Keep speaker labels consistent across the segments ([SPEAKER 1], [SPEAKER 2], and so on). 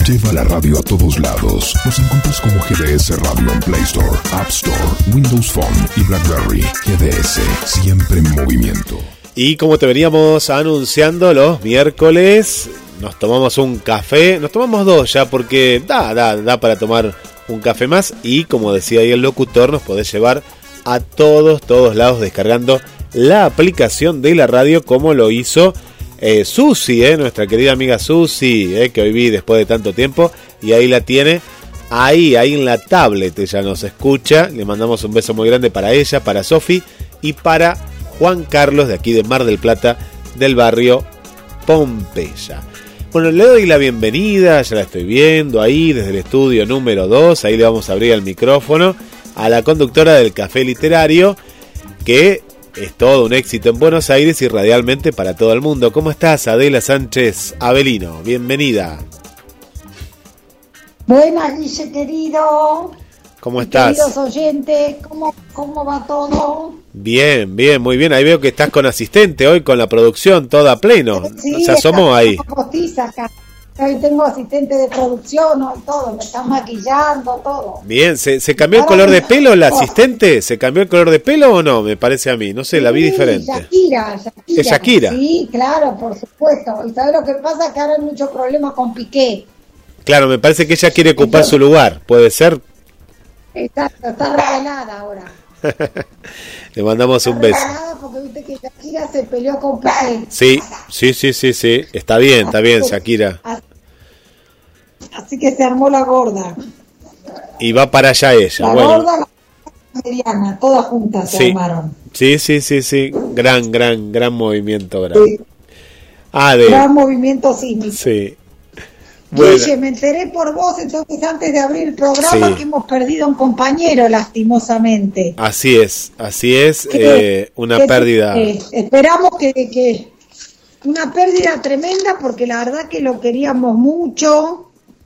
[SPEAKER 1] Lleva la radio a todos lados. Nos encuentras como GDS Radio en Play Store, App Store, Windows Phone y BlackBerry. GDS, siempre en movimiento.
[SPEAKER 2] Y como te veníamos anunciando, los miércoles nos tomamos un café. Nos tomamos dos ya porque da para tomar un café más. Y como decía ahí el locutor, nos podés llevar a todos lados descargando la aplicación de la radio, como lo hizo Susi, nuestra querida amiga Susi, que hoy vi después de tanto tiempo, y ahí la tiene, ahí en la tablet, ella nos escucha. Le mandamos un beso muy grande para ella, para Sofi y para Juan Carlos, de aquí de Mar del Plata, del barrio Pompeya. Bueno, le doy la bienvenida, ya la estoy viendo ahí desde el estudio número 2, ahí le vamos a abrir el micrófono a la conductora del Café Literario, que es todo un éxito en Buenos Aires y radialmente para todo el mundo. ¿Cómo estás, Adela Sánchez Avelino? Bienvenida.
[SPEAKER 3] Buenas, Guille, querido.
[SPEAKER 2] ¿Cómo estás?
[SPEAKER 3] Queridos oyentes, ¿cómo va todo?
[SPEAKER 2] Bien, muy bien. Ahí veo que estás con asistente hoy, con la producción toda a pleno.
[SPEAKER 3] Sí,
[SPEAKER 2] se asomó ahí.
[SPEAKER 3] Acá. Hoy tengo asistente de producción, hoy todo, me están maquillando, todo.
[SPEAKER 2] Bien, ¿se cambió el color de pelo la asistente? ¿Se cambió el color de pelo o no? Me parece a mí, no sé, la vi diferente.
[SPEAKER 3] Shakira.
[SPEAKER 2] ¿Es Shakira?
[SPEAKER 3] Sí, claro, por supuesto. ¿Y sabes lo que pasa? Que ahora hay mucho problema con Piqué.
[SPEAKER 2] Claro, me parece que ella quiere ocupar su lugar, ¿puede ser?
[SPEAKER 3] Está revelada ahora.
[SPEAKER 2] Le mandamos un beso.
[SPEAKER 3] Porque viste que Shakira se peleó con Piqué.
[SPEAKER 2] Sí. Está bien, Shakira.
[SPEAKER 3] Así que se armó la gorda.
[SPEAKER 2] Y va para allá ella.
[SPEAKER 3] La gorda, la mediana, todas juntas se armaron.
[SPEAKER 2] Sí. Gran movimiento.
[SPEAKER 3] Sí. Gran movimiento sísmico.
[SPEAKER 2] Sí.
[SPEAKER 3] Bueno. Guille, me enteré por vos entonces antes de abrir el programa que hemos perdido un compañero lastimosamente.
[SPEAKER 2] Así es, una pérdida.
[SPEAKER 3] Esperamos que una pérdida tremenda porque la verdad que lo queríamos mucho.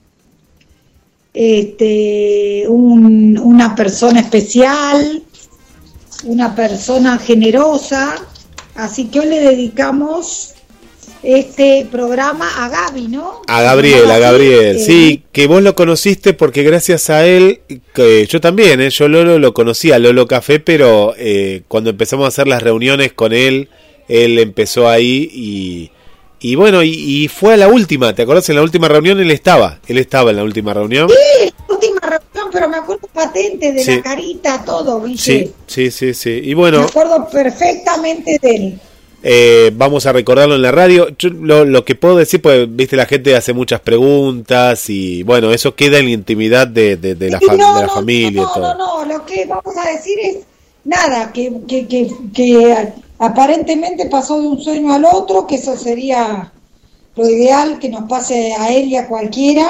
[SPEAKER 3] Una persona especial, una persona generosa, así que hoy le dedicamos este programa a Gaby, ¿no?
[SPEAKER 2] A Gabriel, sí, que vos lo conociste porque gracias a él, que yo también, yo Lolo lo conocía, Lolo Café, pero cuando empezamos a hacer las reuniones con él empezó ahí y bueno, y fue a la última, ¿te acordás? En la última reunión él estaba en la última reunión.
[SPEAKER 3] Sí, la última reunión, pero me acuerdo patente de la carita, todo, ¿viste?
[SPEAKER 2] Sí, y bueno.
[SPEAKER 3] Me acuerdo perfectamente de él.
[SPEAKER 2] Vamos a recordarlo en la radio. Yo lo que puedo decir, pues viste, la gente hace muchas preguntas y bueno, eso queda en la intimidad de la familia y todo.
[SPEAKER 3] No, lo que vamos a decir es nada, que aparentemente pasó de un sueño al otro, que eso sería lo ideal, que nos pase a él y a cualquiera,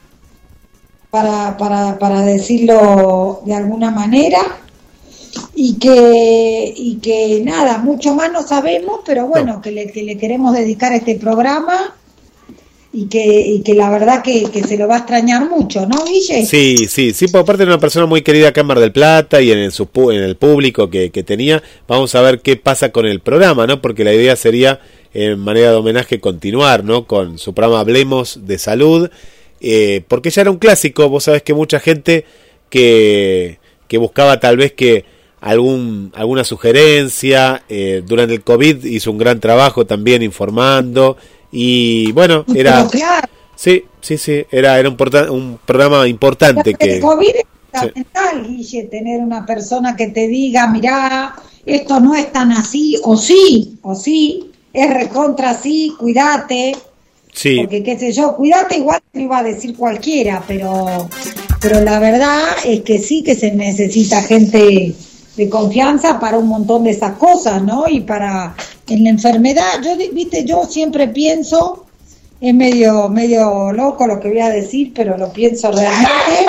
[SPEAKER 3] para decirlo de alguna manera. Y que nada, mucho más no sabemos, pero bueno, que le queremos dedicar este programa y que la verdad que se lo va a extrañar mucho, ¿no, Guille?
[SPEAKER 2] Sí, por parte de una persona muy querida acá en Mar del Plata y en el público que tenía. Vamos a ver qué pasa con el programa, ¿no? Porque la idea sería, en manera de homenaje, continuar, ¿no? Con su programa Hablemos de Salud, porque ya era un clásico. Vos sabés que mucha gente que buscaba tal vez que alguna sugerencia, durante el COVID hizo un gran trabajo también informando y bueno, era sí, era un programa importante.
[SPEAKER 3] El COVID es fundamental, Guille, tener una persona que te diga, mirá, esto no es tan así, o sí, es recontra así, cuídate. Sí. Porque qué sé yo, cuídate, igual te lo iba a decir cualquiera, pero la verdad es que sí que se necesita gente de confianza para un montón de esas cosas, ¿no? Y para en la enfermedad, yo siempre pienso, es medio loco lo que voy a decir, pero lo pienso realmente.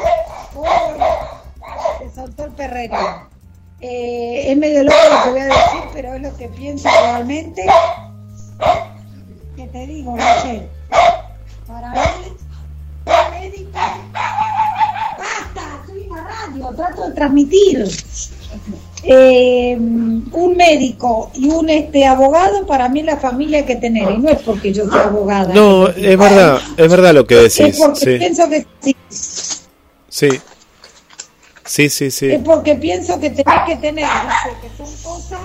[SPEAKER 3] Se soltó el perrero. Es medio loco lo que voy a decir, pero es lo que pienso realmente. ¿Qué te digo, Guille? Para mí, médico. ¡Basta! Soy una radio, trato de transmitir. un médico y un abogado, para mí la familia hay que tener, y no es porque yo sea abogada.
[SPEAKER 2] No, es verdad lo que decís.
[SPEAKER 3] Es porque pienso que sí.
[SPEAKER 2] Sí.
[SPEAKER 3] Es porque pienso que tenés que tener, que son cosas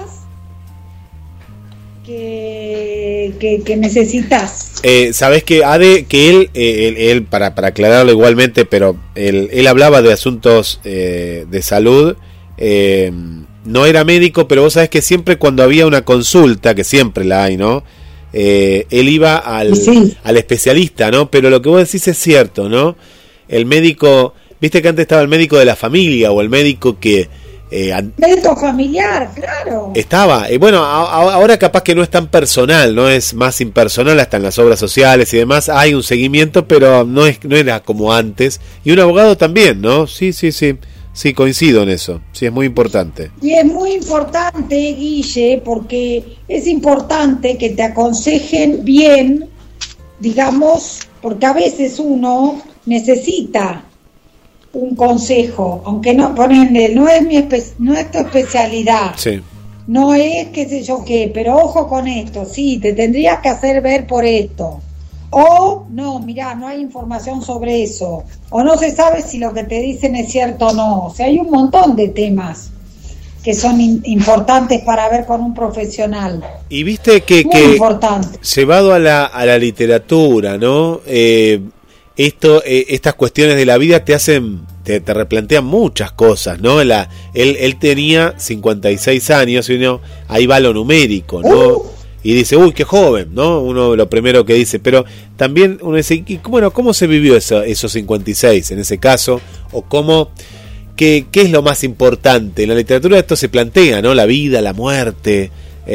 [SPEAKER 3] que necesitas.
[SPEAKER 2] Sabés que Ade, que él para aclararlo igualmente, pero él hablaba de asuntos de salud, no era médico, pero vos sabés que siempre cuando había una consulta, que siempre la hay, ¿no? Él iba al especialista, ¿no? Pero lo que vos decís es cierto, ¿no? El médico, viste que antes estaba el médico de la familia o el médico que...
[SPEAKER 3] médico familiar, claro.
[SPEAKER 2] Estaba, bueno, ahora capaz que no es tan personal, no es más impersonal, hasta en las obras sociales y demás hay un seguimiento, pero no era como antes. Y un abogado también, ¿no? Sí, coincido en eso, sí, es muy importante.
[SPEAKER 3] Y es muy importante, Guille, porque es importante que te aconsejen bien, digamos, porque a veces uno necesita un consejo, aunque no ponerle, no es tu especialidad,
[SPEAKER 2] sí.
[SPEAKER 3] No es qué sé yo qué, pero ojo con esto, sí, te tendrías que hacer ver por esto, o no, mirá, no hay información sobre eso, o no se sabe si lo que te dicen es cierto o no. O sea, hay un montón de temas que son importantes para ver con un profesional.
[SPEAKER 2] Y viste que llevado a la literatura, ¿no? Estas cuestiones de la vida te hacen, te replantean muchas cosas, ¿no? Él tenía 56 años y uno, ahí va lo numérico, ¿no? Y dice, uy, qué joven, ¿no? Uno lo primero que dice, pero también uno dice, y bueno, ¿cómo se vivió esos 56 en ese caso? O cómo, ¿qué es lo más importante? En la literatura esto se plantea, ¿no? La vida, la muerte,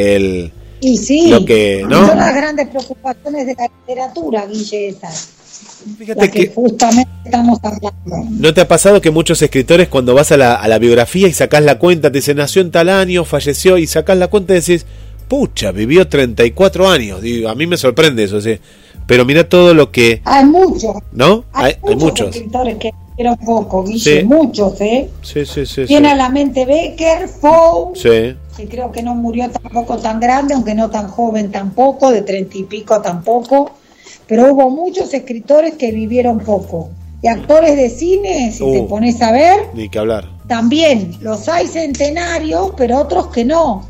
[SPEAKER 3] y sí,
[SPEAKER 2] lo que, ¿no?
[SPEAKER 3] Son las grandes preocupaciones de la literatura, Guille, esas.
[SPEAKER 2] Fíjate que
[SPEAKER 3] justamente estamos hablando.
[SPEAKER 2] ¿No te ha pasado que muchos escritores cuando vas a la biografía y sacás la cuenta, te dicen nació en tal año, falleció, y sacás la cuenta y decís, pucha, vivió 34 años? Digo, a mí me sorprende eso, ¿sí? Pero mira todo lo que...
[SPEAKER 3] Hay muchos.
[SPEAKER 2] ¿No?
[SPEAKER 3] Hay muchos escritores que vivieron poco, Guille,
[SPEAKER 2] sí.
[SPEAKER 3] Muchos,
[SPEAKER 2] Sí.
[SPEAKER 3] Tiene a la mente Becker, Fou,
[SPEAKER 2] sí.
[SPEAKER 3] Que creo que no murió tampoco tan grande, aunque no tan joven tampoco, de 30 y pico tampoco. Pero hubo muchos escritores que vivieron poco. Y actores de cine, si te pones a ver,
[SPEAKER 2] ni que hablar.
[SPEAKER 3] También los hay centenarios, pero otros que no.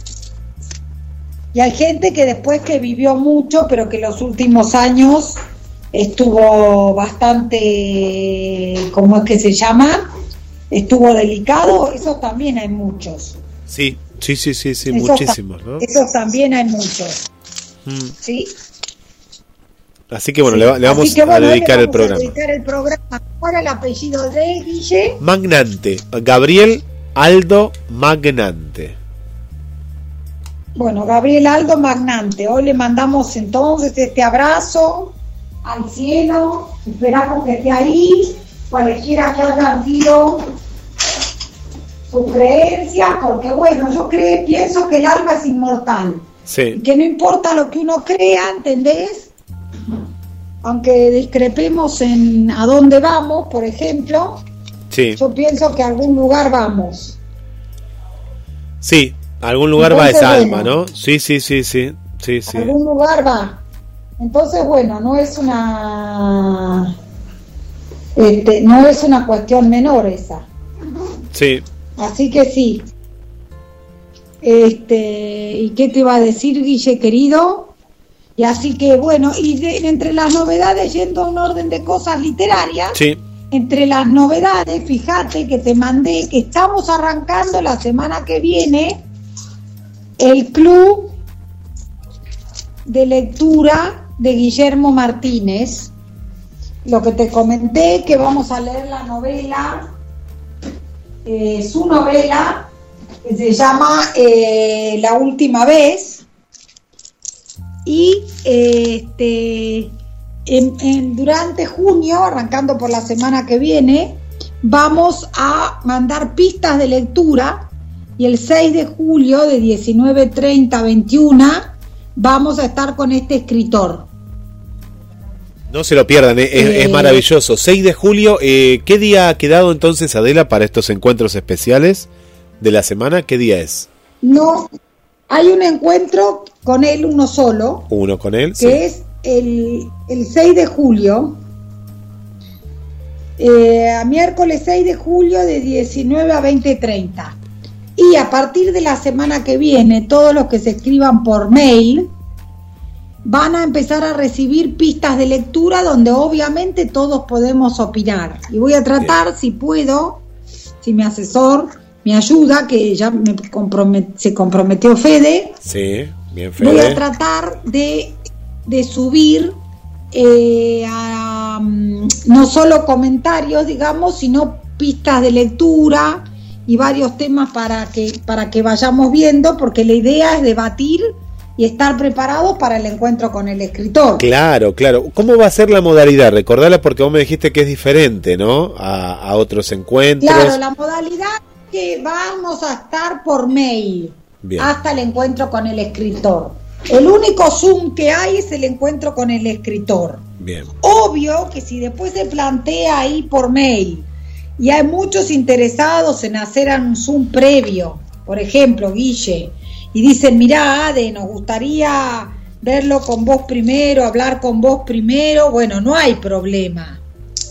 [SPEAKER 3] Y hay gente que después que vivió mucho, pero que los últimos años estuvo bastante, ¿cómo es que se llama? Estuvo delicado, esos también hay muchos.
[SPEAKER 2] Sí, muchísimos, ¿no?
[SPEAKER 3] Esos también hay muchos. Sí.
[SPEAKER 2] Así que bueno, sí. le vamos a dedicar el programa.
[SPEAKER 3] ¿Cuál es el apellido de Guille?
[SPEAKER 2] Magnante, Gabriel Aldo Magnante.
[SPEAKER 3] Bueno, Gabriel Aldo Magnante, hoy le mandamos entonces este abrazo al cielo, esperamos que esté ahí, cualquiera que haya sido su creencia, porque bueno, yo pienso que el alma es inmortal,
[SPEAKER 2] sí.
[SPEAKER 3] Y que no importa lo que uno crea, ¿entendés? Aunque discrepemos en a dónde vamos, por ejemplo,
[SPEAKER 2] sí.
[SPEAKER 3] Yo pienso que a algún lugar vamos.
[SPEAKER 2] Sí, a algún lugar entonces, va esa alma, ¿no? Sí.
[SPEAKER 3] A algún lugar va. Entonces, bueno, no es una cuestión menor esa.
[SPEAKER 2] Sí.
[SPEAKER 3] Así que sí. ¿Y qué te iba a decir, Guille, querido? Y así que, bueno, entre las novedades, yendo a un orden de cosas literarias,
[SPEAKER 2] sí.
[SPEAKER 3] Entre las novedades, fíjate que te mandé que estamos arrancando la semana que viene el club de lectura de Guillermo Martínez. Lo que te comenté, que vamos a leer la novela, su novela, que se llama La última vez. Y durante junio, arrancando por la semana que viene, vamos a mandar pistas de lectura, y el 6 de julio de 19:30 a 21 vamos a estar con este escritor.
[SPEAKER 2] No se lo pierdan, es maravilloso. 6 de julio, ¿qué día ha quedado entonces, Adela, para estos encuentros especiales? de la semana, ¿qué día es?
[SPEAKER 3] No, hay un encuentro con él, uno solo.
[SPEAKER 2] Uno con él,
[SPEAKER 3] que es el 6 de julio. A miércoles 6 de julio de 19 a 20:30. Y a partir de la semana que viene, todos los que se escriban por mail van a empezar a recibir pistas de lectura donde obviamente todos podemos opinar. Y voy a tratar, si puedo, si mi asesor me ayuda, que ya se comprometió Fede.
[SPEAKER 2] Sí, bien, Fede.
[SPEAKER 3] Voy a tratar de subir no solo comentarios, digamos, sino pistas de lectura y varios temas para que vayamos viendo, porque la idea es debatir y estar preparados para el encuentro con el escritor.
[SPEAKER 2] Claro. ¿Cómo va a ser la modalidad? Recordala, porque vos me dijiste que es diferente, ¿no? A otros encuentros.
[SPEAKER 3] Claro, la modalidad es que vamos a estar por mail. Bien. Hasta el encuentro con el escritor. El único Zoom que hay es el encuentro con el escritor.
[SPEAKER 2] Bien.
[SPEAKER 3] Obvio que si después se plantea ahí por mail y hay muchos interesados en hacer un Zoom previo, por ejemplo, Guille, y dicen, mirá, Ade, nos gustaría verlo con vos primero, hablar con vos primero, bueno, no hay problema.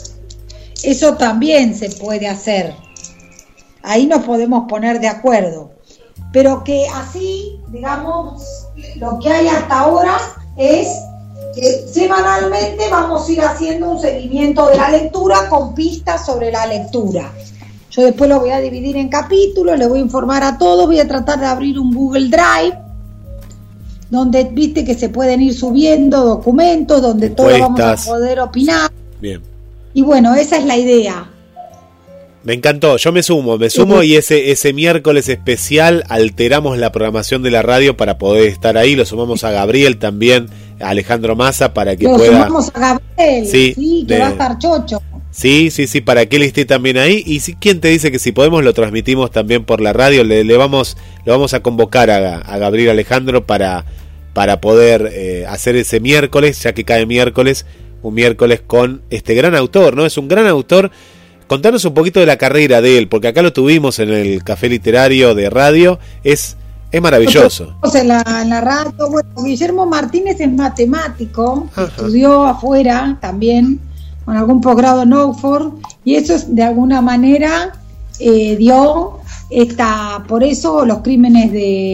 [SPEAKER 3] Eso también se puede hacer. Ahí nos podemos poner de acuerdo. Pero que así, digamos, lo que hay hasta ahora es que semanalmente vamos a ir haciendo un seguimiento de la lectura con pistas sobre la lectura. Yo después lo voy a dividir en capítulos, le voy a informar a todos, voy a tratar de abrir un Google Drive, donde viste que se pueden ir subiendo documentos, donde todos vamos a poder opinar.
[SPEAKER 2] Bien.
[SPEAKER 3] Y bueno, esa es la idea.
[SPEAKER 2] Me encantó, yo me sumo y ese miércoles especial alteramos la programación de la radio para poder estar ahí, lo sumamos a Gabriel también, a Alejandro Massa para que pueda... Lo
[SPEAKER 3] sumamos a Gabriel, sí, que va a estar chocho.
[SPEAKER 2] Sí, para que él esté también ahí, y ¿quién te dice que si podemos lo transmitimos también por la radio? Le vamos a convocar a Gabriel Alejandro para poder hacer ese miércoles, ya que cae miércoles, un miércoles con este gran autor, ¿no? Es un gran autor. Contanos un poquito de la carrera de él, porque acá lo tuvimos en el Café Literario de Radio, es maravilloso.
[SPEAKER 3] En la radio, bueno, Guillermo Martínez es matemático, estudió afuera también, con algún posgrado en Oxford, y eso es, de alguna manera dio por eso los crímenes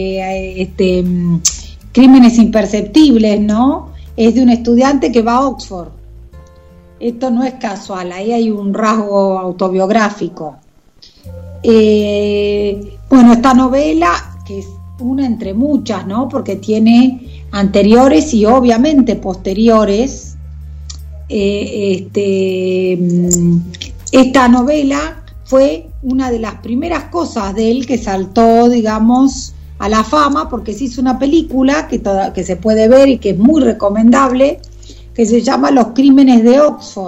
[SPEAKER 3] crímenes imperceptibles, ¿no? Es de un estudiante que va a Oxford. Esto no es casual, ahí hay un rasgo autobiográfico. Bueno, esta novela, que es una entre muchas, ¿no? Porque tiene anteriores y obviamente posteriores. Esta novela fue una de las primeras cosas de él que saltó, digamos, a la fama, porque se hizo una película que se puede ver y que es muy recomendable, que se llama Los Crímenes de Oxford,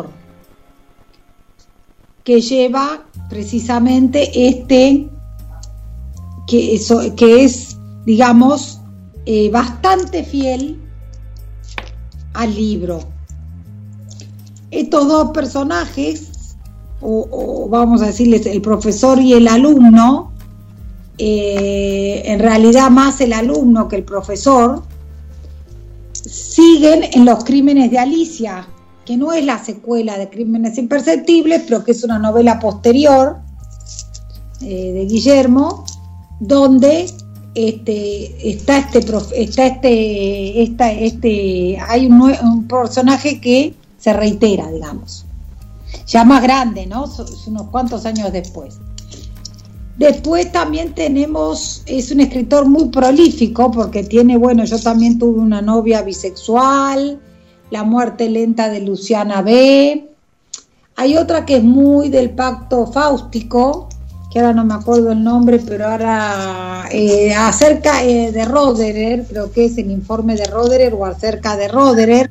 [SPEAKER 3] que lleva precisamente que es, digamos, bastante fiel al libro. Estos dos personajes, o vamos a decirles el profesor y el alumno, en realidad más el alumno que el profesor, siguen en Los Crímenes de Alicia, que no es la secuela de Crímenes Imperceptibles, pero que es una novela posterior de Guillermo, donde hay un personaje que se reitera, digamos, ya más grande, ¿no? Unos cuantos años después. Después también es un escritor muy prolífico, porque yo también tuve una novia bisexual, La muerte lenta de Luciana B. Hay otra que es muy del pacto fáustico, que ahora no me acuerdo el nombre, pero ahora acerca de Roederer, creo que es el informe de Roederer o acerca de Roederer.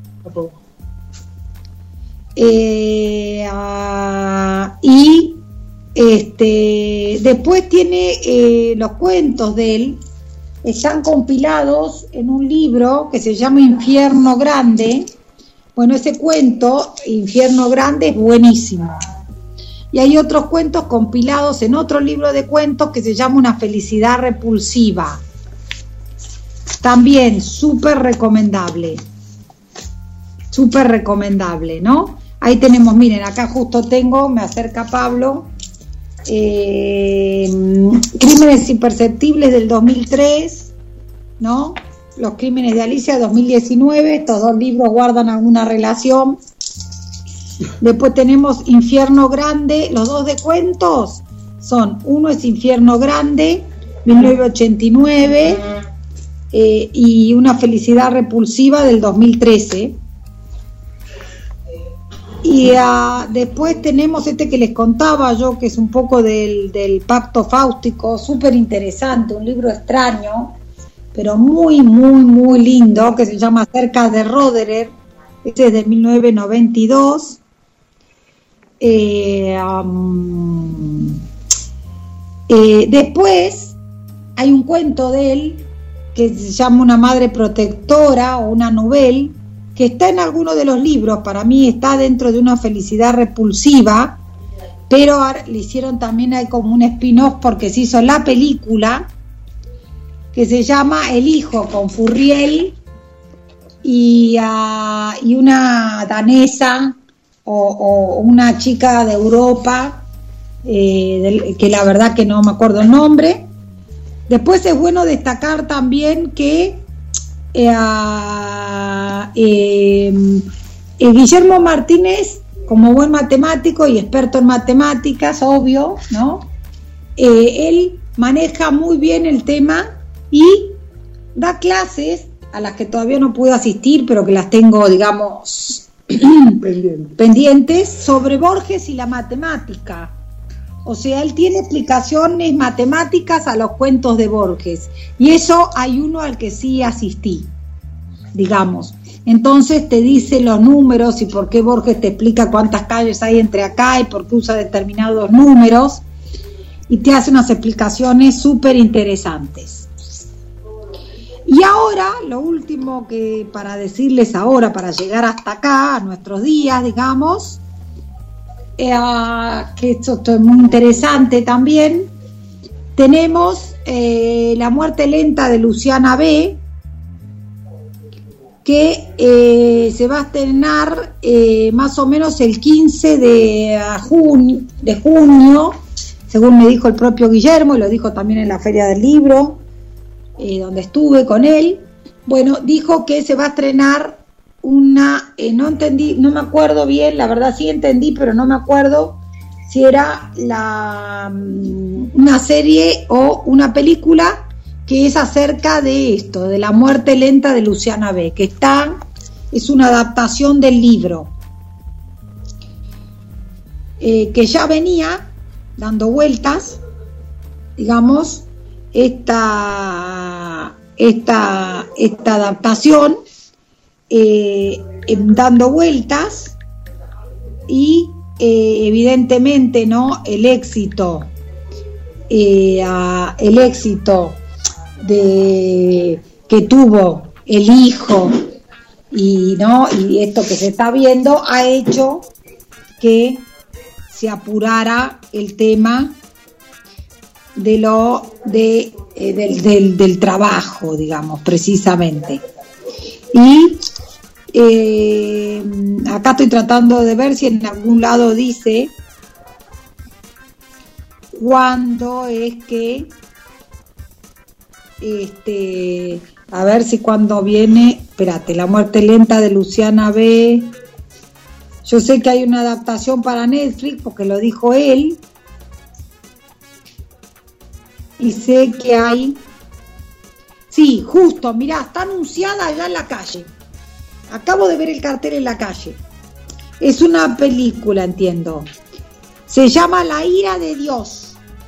[SPEAKER 3] Después tiene los cuentos de él, están compilados en un libro que se llama Infierno Grande. Bueno, ese cuento, Infierno Grande, es buenísimo. y hay otros cuentos compilados en otro libro de cuentos que se llama Una felicidad repulsiva. También súper recomendable, ¿no? Ahí tenemos, miren, acá justo tengo, me acerca Pablo, Crímenes imperceptibles del 2003, ¿no? Los crímenes de Alicia 2019, estos dos libros guardan alguna relación. Después tenemos Infierno Grande, los dos de cuentos son, uno es Infierno Grande, 1989, y Una felicidad repulsiva del 2013. Y después tenemos este que les contaba yo, que es un poco del pacto fáustico, súper interesante, un libro extraño, pero muy, muy, muy lindo, que se llama Cerca de Roderer. Este es de 1992. Después hay un cuento de él que se llama Una madre protectora, o una novela, que está en alguno de los libros. Para mí está dentro de Una felicidad repulsiva, pero le hicieron también, hay como un spin-off porque se hizo la película que se llama El hijo, con Furriel y una danesa o una chica de Europa, que la verdad que no me acuerdo el nombre. Después es bueno destacar también que Guillermo Martínez, como buen matemático y experto en matemáticas, obvio, ¿no? Él maneja muy bien el tema y da clases a las que todavía no puedo asistir, pero que las tengo, digamos, pendientes, sobre Borges y la matemática. O sea, él tiene explicaciones matemáticas a los cuentos de Borges, y eso hay uno al que sí asistí, digamos. Entonces te dice los números y por qué Borges te explica cuántas calles hay entre acá y por qué usa determinados números, y te hace unas explicaciones súper interesantes. Y ahora, lo último que para decirles ahora, para llegar hasta acá, a nuestros días, digamos, que esto es muy interesante también, tenemos La muerte lenta de Luciana B., que se va a estrenar más o menos el 15 de junio, según me dijo el propio Guillermo, y lo dijo también en la Feria del Libro, donde estuve con él. Bueno, dijo que se va a estrenar una, no entendí, no me acuerdo bien, la verdad sí entendí, pero no me acuerdo si era una serie o una película, que es acerca de esto, de La muerte lenta de Luciana B., que es una adaptación del libro, que ya venía dando vueltas, digamos, esta adaptación, dando vueltas, y evidentemente, ¿no?, el éxito que tuvo El hijo y esto que se está viendo ha hecho que se apurara el tema del trabajo, digamos, precisamente. Y acá estoy tratando de ver si en algún lado dice cuándo es que a ver si cuando viene, espérate, La muerte lenta de Luciana B. Yo sé que hay una adaptación para Netflix porque lo dijo él, y sé que hay, sí, justo, mirá, está anunciada allá en la calle, acabo de ver el cartel en la calle, es una película, entiendo, se llama La ira de Dios.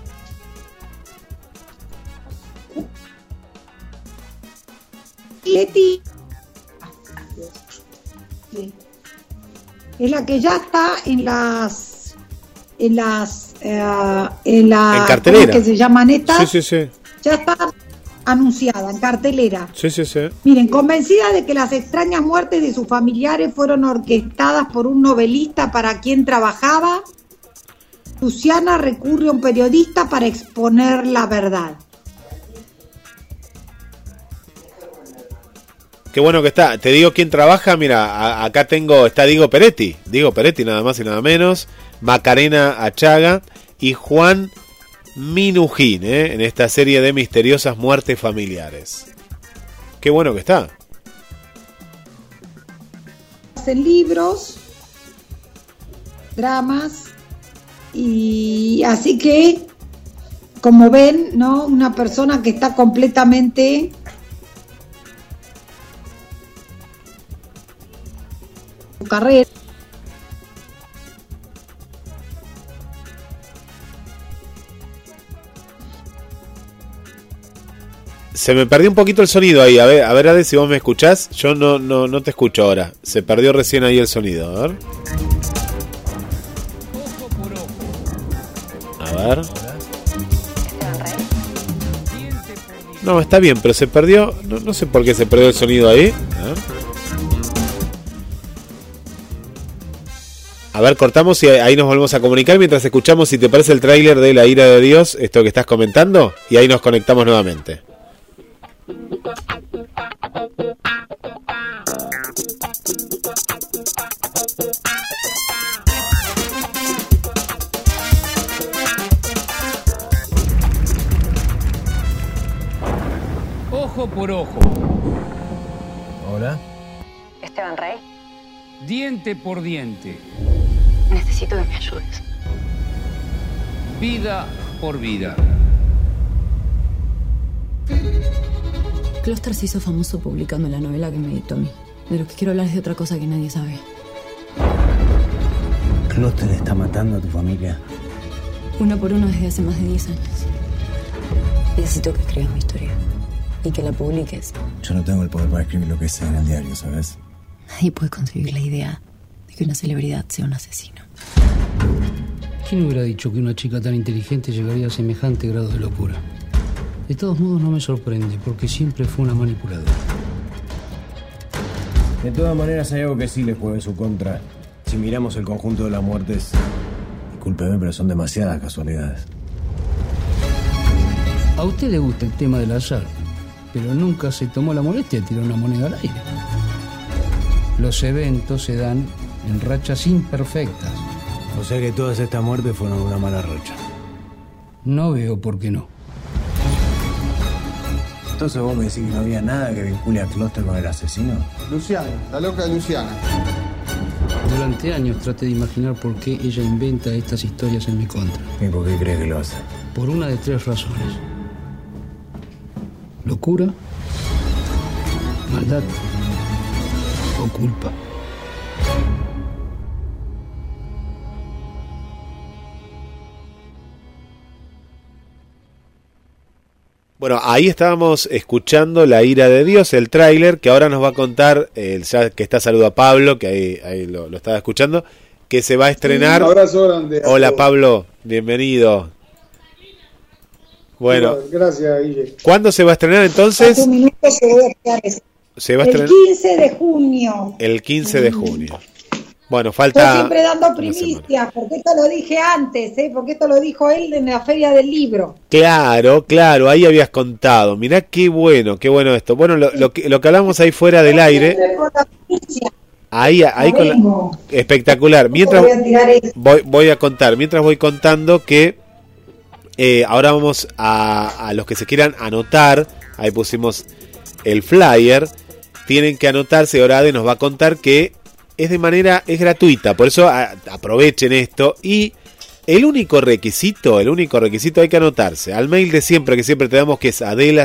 [SPEAKER 3] Leti es la que ya está en cartelera, que se llaman estas,
[SPEAKER 2] sí.
[SPEAKER 3] Ya está anunciada en cartelera.
[SPEAKER 2] Sí.
[SPEAKER 3] Miren, convencida de que las extrañas muertes de sus familiares fueron orquestadas por un novelista para quien trabajaba, Luciana recurre a un periodista para exponer la verdad.
[SPEAKER 2] Qué bueno que está. Te digo quién trabaja. Mira, acá está Diego Peretti nada más y nada menos, Macarena Achaga y Juan Minujín, en esta serie de misteriosas muertes familiares. Qué bueno que está.
[SPEAKER 3] Hacen libros, dramas, y así que, como ven, ¿no? Una persona que está completamente su carrera.
[SPEAKER 2] Se me perdió un poquito el sonido ahí. A ver si vos me escuchás. Yo no te escucho ahora. Se perdió recién ahí el sonido. A ver. A ver. No, está bien, pero se perdió. No sé por qué se perdió el sonido ahí. A ver, cortamos y ahí nos volvemos a comunicar mientras escuchamos, si te parece, el tráiler de La ira de Dios, esto que estás comentando, y ahí nos conectamos nuevamente.
[SPEAKER 4] Ojo por ojo.
[SPEAKER 5] Hola.
[SPEAKER 6] Esteban Rey.
[SPEAKER 4] Diente por diente.
[SPEAKER 6] Necesito que me ayudes.
[SPEAKER 4] Vida por vida.
[SPEAKER 7] Closter se hizo famoso publicando la novela que me dictó a mí. De lo que quiero hablar es de otra cosa que nadie sabe.
[SPEAKER 5] Closter está matando a tu familia.
[SPEAKER 7] Uno por uno desde hace más de 10 años. Necesito que escribas mi historia. Y que la publiques.
[SPEAKER 5] Yo no tengo el poder para escribir lo que sea en el diario, ¿sabes?
[SPEAKER 7] Nadie puede concebir la idea de que una celebridad sea un asesino.
[SPEAKER 4] ¿Quién hubiera dicho que una chica tan inteligente llegaría a semejante grado de locura? De todos modos no me sorprende, porque siempre fue una manipuladora.
[SPEAKER 5] De todas maneras hay algo que sí le juega en su contra. Si miramos el conjunto de las muertes, discúlpeme, pero son demasiadas casualidades.
[SPEAKER 4] A usted le gusta el tema del azar, pero nunca se tomó la molestia de tirar una moneda al aire. Los eventos se dan en rachas imperfectas.
[SPEAKER 5] O sea que todas estas muertes fueron una mala racha.
[SPEAKER 4] No veo por qué no.
[SPEAKER 5] Entonces vos me decís que no había nada que vincule a Closter con el asesino.
[SPEAKER 8] Luciana, la loca de Luciana.
[SPEAKER 4] Durante años traté de imaginar por qué ella inventa estas historias en mi contra.
[SPEAKER 5] ¿Y por qué crees que lo hace?
[SPEAKER 4] Por una de 3 razones. Locura, maldad o culpa.
[SPEAKER 2] Bueno, ahí estábamos escuchando La ira de Dios, el tráiler, que ahora nos va a contar, ya que está, saludo a Pablo, que ahí lo estaba escuchando, que se va a estrenar.
[SPEAKER 8] Un abrazo grande.
[SPEAKER 2] Hola Pablo, bienvenido. Bueno,
[SPEAKER 8] gracias, Guille.
[SPEAKER 2] ¿Cuándo se va a estrenar entonces?
[SPEAKER 3] Se va a estrenar el 15 de junio.
[SPEAKER 2] El 15 de junio. Bueno, falta...
[SPEAKER 3] Estoy siempre dando primicias, porque esto lo dije antes, porque esto lo dijo él en la Feria del Libro.
[SPEAKER 2] Claro, ahí habías contado. Mirá qué bueno esto. Bueno, lo que hablamos ahí fuera del aire... Ahí espectacular. Mientras voy a contar, mientras voy contando que ahora vamos a los que se quieran anotar. Ahí pusimos el flyer. Tienen que anotarse. Orade nos va a contar que es es gratuita. Por eso aprovechen esto. Y el único requisito hay que anotarse al mail de siempre, que siempre te damos, que es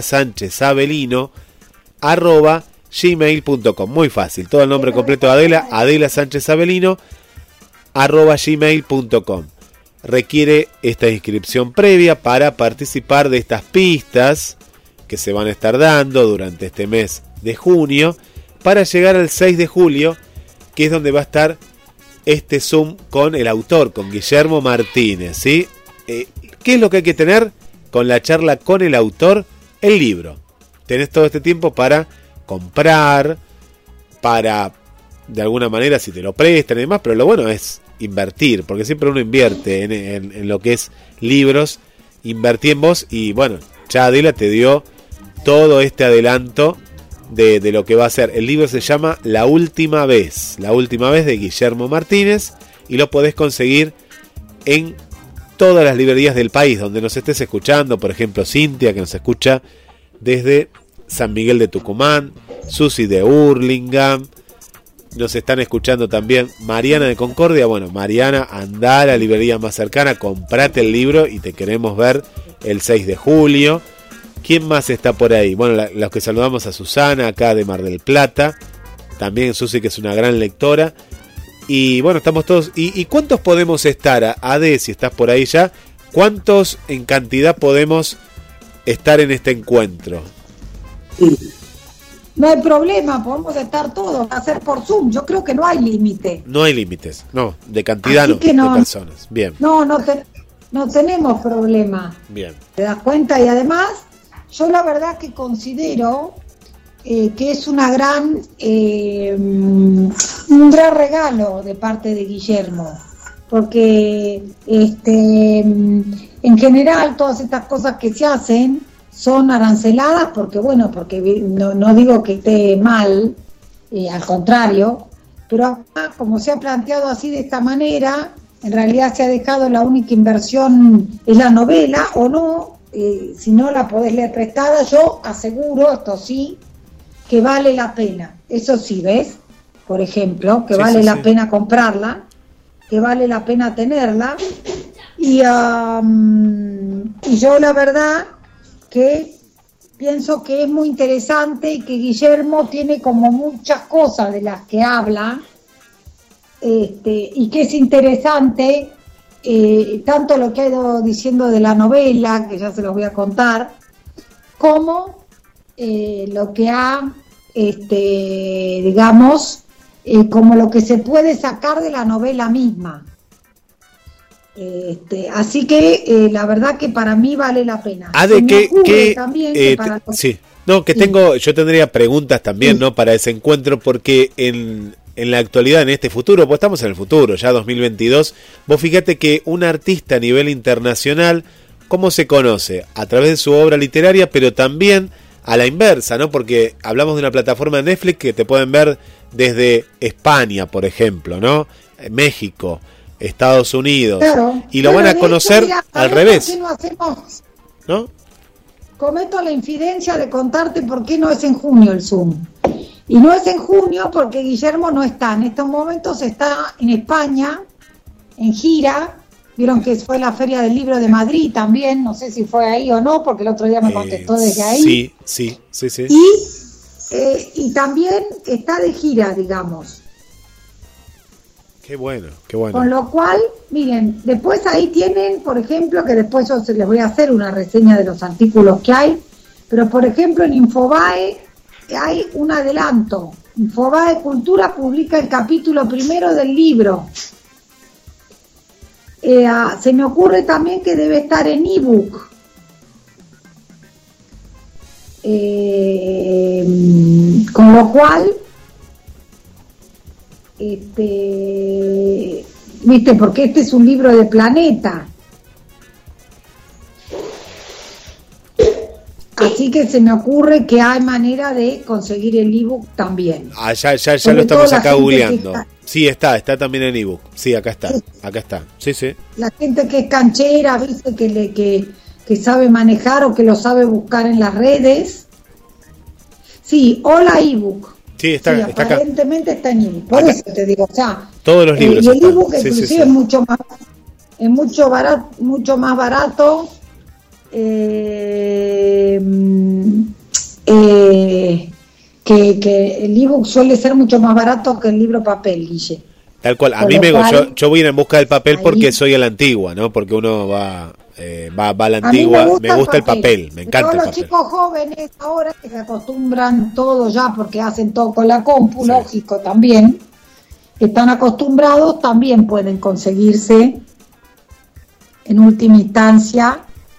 [SPEAKER 2] adelasanchezabelino@gmail.com. Muy fácil, todo el nombre completo de Adela Sánchez Abelino @gmail.com. Requiere esta inscripción previa para participar de estas pistas que se van a estar dando durante este mes de junio, para llegar al 6 de julio, que es donde va a estar este Zoom con el autor, con Guillermo Martínez, ¿sí? ¿Qué es lo que hay que tener con la charla con el autor? El libro. Tenés todo este tiempo para comprar, para, de alguna manera, si te lo prestan y demás, pero lo bueno es invertir, porque siempre uno invierte en lo que es libros. Invertí en vos y bueno, ya Adela te dio todo este adelanto de lo que va a ser. El libro se llama La Última Vez de Guillermo Martínez, y lo podés conseguir en todas las librerías del país donde nos estés escuchando. Por ejemplo, Cintia, que nos escucha desde San Miguel de Tucumán, Susi de Hurlingham, nos están escuchando también Mariana de Concordia. Bueno, Mariana, andá a la librería más cercana, comprate el libro y te queremos ver el 6 de julio. ¿Quién más está por ahí? Bueno, los que saludamos a Susana, acá de Mar del Plata. También Susi, que es una gran lectora. Y bueno, estamos todos. ¿Y cuántos podemos estar? Ade, si estás por ahí ya, ¿cuántos en cantidad podemos estar en este encuentro?
[SPEAKER 3] No hay problema, podemos estar todos, va a ser por Zoom, yo creo que no hay límite.
[SPEAKER 2] No hay límites, no, de cantidad no, de personas. Bien.
[SPEAKER 3] No tenemos problema.
[SPEAKER 2] Bien.
[SPEAKER 3] ¿Te das cuenta? Y además, yo la verdad que considero que es un gran regalo de parte de Guillermo, porque en general todas estas cosas que se hacen son aranceladas porque no digo que esté mal, al contrario, pero acá, como se ha planteado así de esta manera, en realidad se ha dejado la única inversión es la novela, o no, si no la podés leer prestada, yo aseguro, esto sí, que vale la pena, eso sí, ¿ves? Por ejemplo, que vale la pena comprarla, que vale la pena tenerla, y yo la verdad que pienso que es muy interesante y que Guillermo tiene como muchas cosas de las que habla, y que es interesante, tanto lo que ha ido diciendo de la novela, que ya se los voy a contar, como lo que ha, como lo que se puede sacar de la novela misma. Así que la verdad que para mí vale la pena.
[SPEAKER 2] Yo tendría preguntas también, ¿no? Para ese encuentro, porque en la actualidad, en este futuro, pues estamos en el futuro, ya 2022, vos fíjate que un artista a nivel internacional, ¿cómo se conoce? A través de su obra literaria, pero también a la inversa, ¿no? Porque hablamos de una plataforma de Netflix que te pueden ver desde España, por ejemplo, ¿no? México, Estados Unidos, claro, y lo van a conocer al revés.
[SPEAKER 3] No hacemos,
[SPEAKER 2] ¿no?
[SPEAKER 3] Cometo la infidencia de contarte por qué no es en junio el Zoom. Y no es en junio porque Guillermo no está. En estos momentos está en España, en gira. Vieron que fue la Feria del Libro de Madrid también. No sé si fue ahí o no, porque el otro día me contestó desde ahí.
[SPEAKER 2] Sí.
[SPEAKER 3] Y también está de gira, digamos.
[SPEAKER 2] Qué bueno.
[SPEAKER 3] Con lo cual, miren, después ahí tienen, por ejemplo, que después yo les voy a hacer una reseña de los artículos que hay, pero por ejemplo en Infobae hay un adelanto. Infobae Cultura publica el capítulo primero del libro. Se me ocurre también que debe estar en ebook. Con lo cual, viste, porque este es un libro de Planeta. Así que se me ocurre que hay manera de conseguir el ebook también.
[SPEAKER 2] Ya lo estamos acá googleando. Sí, está también en ebook. Sí, acá está. Sí.
[SPEAKER 3] La gente que es canchera, viste, que sabe manejar o que lo sabe buscar en las redes. Sí, hola ebook.
[SPEAKER 2] Sí, está
[SPEAKER 3] aparentemente
[SPEAKER 2] acá.
[SPEAKER 3] Está en ebook. Por eso te digo, o sea,
[SPEAKER 2] todos los libros
[SPEAKER 3] y el
[SPEAKER 2] están.
[SPEAKER 3] ebook inclusive es mucho más barato. Que el ebook suele ser mucho más barato que el libro papel, Guille.
[SPEAKER 2] Tal cual. A mí yo voy a ir en busca del papel porque soy a la antigua, ¿no? Porque uno va a la antigua. Me gusta el papel, me encanta el papel.
[SPEAKER 3] Los chicos jóvenes ahora que se acostumbran todo ya porque hacen todo con la compu, lógico también, están acostumbrados, también pueden conseguirse en última instancia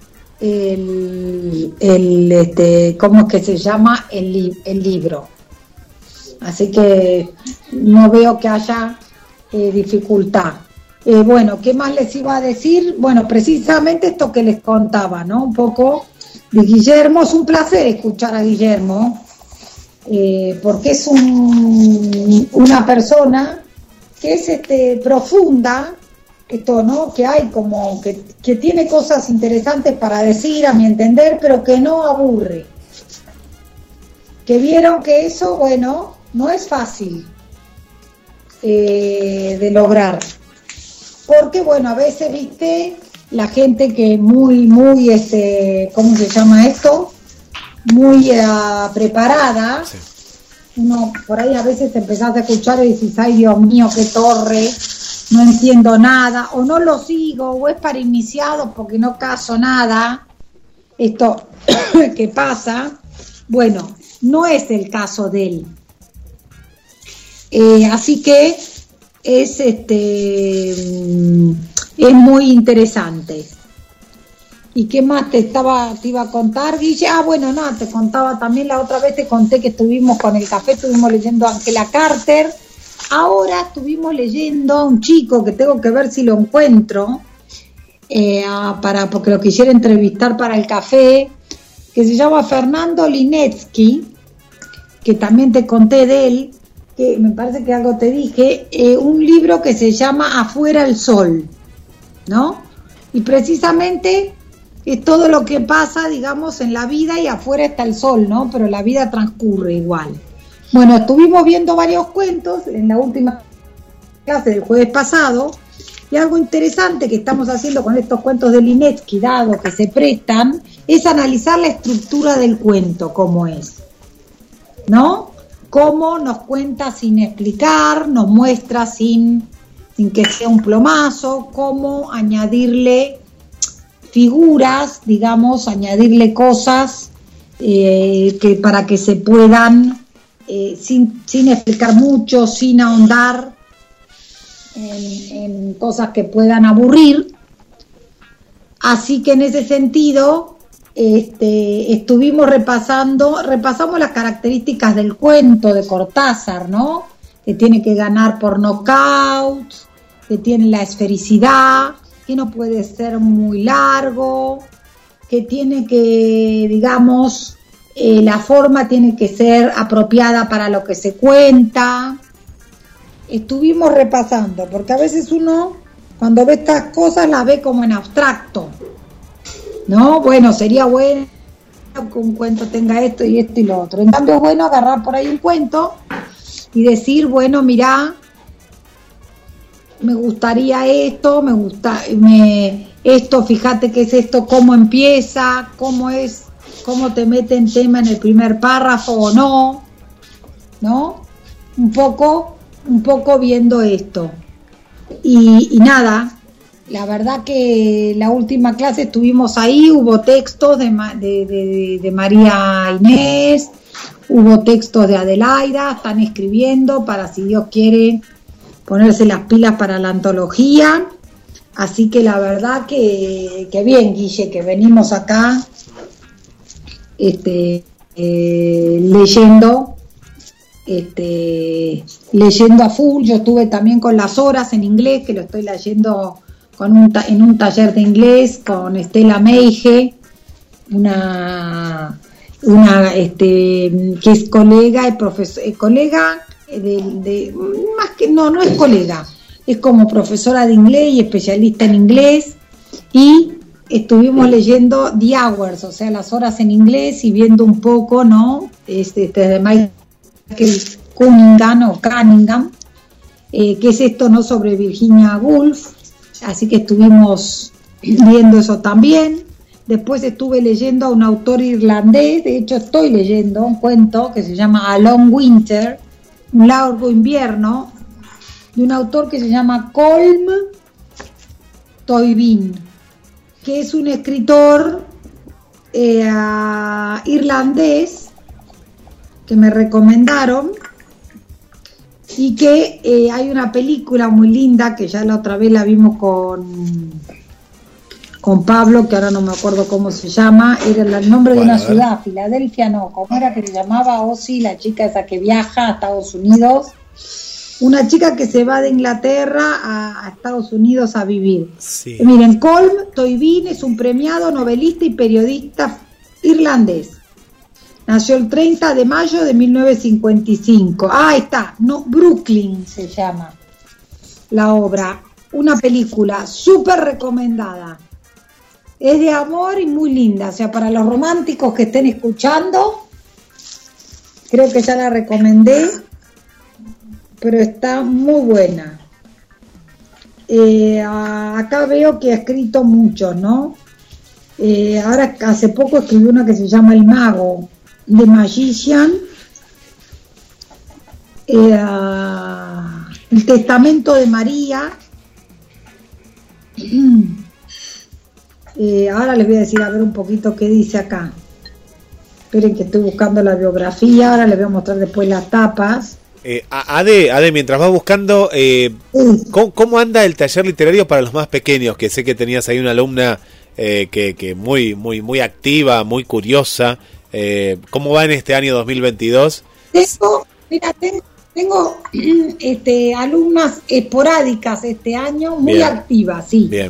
[SPEAKER 3] ¿cómo es que se llama? El libro. Así que no veo que haya dificultad. Bueno, ¿qué más les iba a decir? Bueno, precisamente esto que les contaba, ¿no? Un poco de Guillermo. Es un placer escuchar a Guillermo, porque es una persona que es profunda, esto, ¿no? Que hay como, que tiene cosas interesantes para decir, a mi entender, pero que no aburre. Que vieron que eso, bueno, no es fácil de lograr. Porque, bueno, a veces, viste, la gente que muy, ¿cómo se llama esto? Muy preparada, sí. Uno por ahí a veces te empezás a escuchar y decís, ay, Dios mío, qué torre, no entiendo nada, o no lo sigo, o es para iniciados porque no caso nada, esto que pasa. Bueno, no es el caso de él. Así que es muy interesante. ¿Y qué más te iba a contar, Guille? Bueno, no, te contaba también la otra vez, te conté que estuvimos con el café, estuvimos leyendo a Angela Carter. Ahora estuvimos leyendo a un chico que tengo que ver si lo encuentro, porque lo quisiera entrevistar para el café, que se llama Fernando Linetsky, que también te conté de él, que me parece que algo te dije, un libro que se llama Afuera el Sol, ¿no? Y precisamente es todo lo que pasa, digamos, en la vida, y afuera está el sol, ¿no? Pero la vida transcurre igual. Bueno, estuvimos viendo varios cuentos en la última clase del jueves pasado, y algo interesante que estamos haciendo con estos cuentos de Linetsky, dado que se prestan, es analizar la estructura del cuento, cómo es, ¿no? Cómo nos cuenta sin explicar, nos muestra sin que sea un plomazo, cómo añadirle figuras, digamos, añadirle cosas que para que se puedan, sin explicar mucho, sin ahondar en cosas que puedan aburrir. Así que en ese sentido repasamos las características del cuento de Cortázar, ¿no? Que tiene que ganar por knockouts, que tiene la esfericidad, que no puede ser muy largo, que tiene que, digamos, la forma tiene que ser apropiada para lo que se cuenta. Estuvimos repasando, porque a veces uno, cuando ve estas cosas, las ve como en abstracto, ¿no? Bueno, sería bueno que un cuento tenga esto y lo otro. En cambio es bueno agarrar por ahí un cuento y decir, bueno, mirá, me gustaría esto, esto, fíjate qué es esto, cómo empieza, cómo te mete en tema en el primer párrafo o no, un poco viendo esto. Y nada, la verdad que la última clase estuvimos ahí, hubo textos de María Inés, hubo textos de Adelaida, están escribiendo para, si Dios quiere, ponerse las pilas para la antología. Así que la verdad que bien, Guille, que venimos acá leyendo a full. Yo estuve también con las horas en inglés, que lo estoy leyendo en un taller de inglés con Estela Meige, una que es colega y colega más que no es colega, es como profesora de inglés y especialista en inglés, y estuvimos leyendo The Hours, o sea, las horas en inglés, y viendo un poco, ¿no? De Michael Cunningham, que es esto, ¿no? Sobre Virginia Woolf, así que estuvimos viendo eso también. Después estuve leyendo a un autor irlandés, de hecho estoy leyendo un cuento que se llama A Long Winter, un largo invierno, de un autor que se llama Colm Toibin, que es un escritor irlandés que me recomendaron, y que hay una película muy linda que ya la otra vez la vimos con Pablo, que ahora no me acuerdo cómo se llama, era el nombre de una ciudad, Filadelfia, no, ¿cómo era que se llamaba? Ozzy, la chica esa que viaja a Estados Unidos, una chica que se va de Inglaterra a Estados Unidos a vivir.
[SPEAKER 2] Sí.
[SPEAKER 3] Miren, Colm Toivin es un premiado novelista y periodista irlandés. Nació el 30 de mayo de 1955. Ahí está, no, Brooklyn se llama la obra. Una película súper recomendada. Es de amor y muy linda. O sea, para los románticos que estén escuchando, creo que ya la recomendé, pero está muy buena. Acá veo que ha escrito mucho, ¿no? Ahora hace poco escribió una que se llama El Mago, The Magician. El Testamento de María. Ahora les voy a decir a ver un poquito qué dice acá. Esperen que estoy buscando la biografía. Ahora les voy a mostrar después las tapas.
[SPEAKER 2] Ade, mientras vas buscando, ¿cómo anda el taller literario para los más pequeños? Que sé que tenías ahí una alumna que muy activa, muy curiosa. ¿Cómo va en este año 2022?
[SPEAKER 3] Tengo alumnas esporádicas este año, muy activas, sí.
[SPEAKER 2] Bien.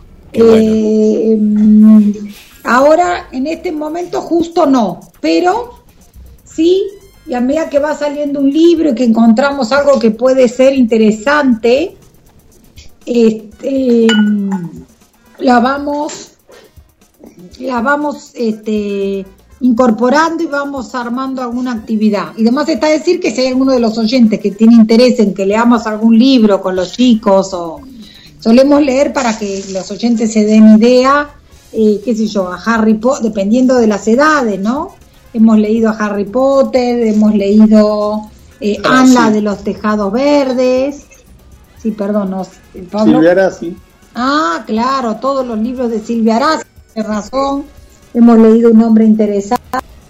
[SPEAKER 2] Bueno.
[SPEAKER 3] Ahora, en este momento, justo no, pero sí, y a medida que va saliendo un libro y que encontramos algo que puede ser interesante, la vamos incorporando y vamos armando alguna actividad. Y además está decir que si hay alguno de los oyentes que tiene interés en que leamos algún libro con los chicos, o solemos leer para que los oyentes se den idea, qué sé yo, a Harry Potter, dependiendo de las edades, ¿no? Hemos leído a Harry Potter, hemos leído Anla de los Tejados Verdes. Sí, perdón, no, Pablo.
[SPEAKER 8] Silvia Arasi.
[SPEAKER 3] Ah, claro, todos los libros de Silvia Arasi, tiene razón. Hemos leído Un hombre interesante,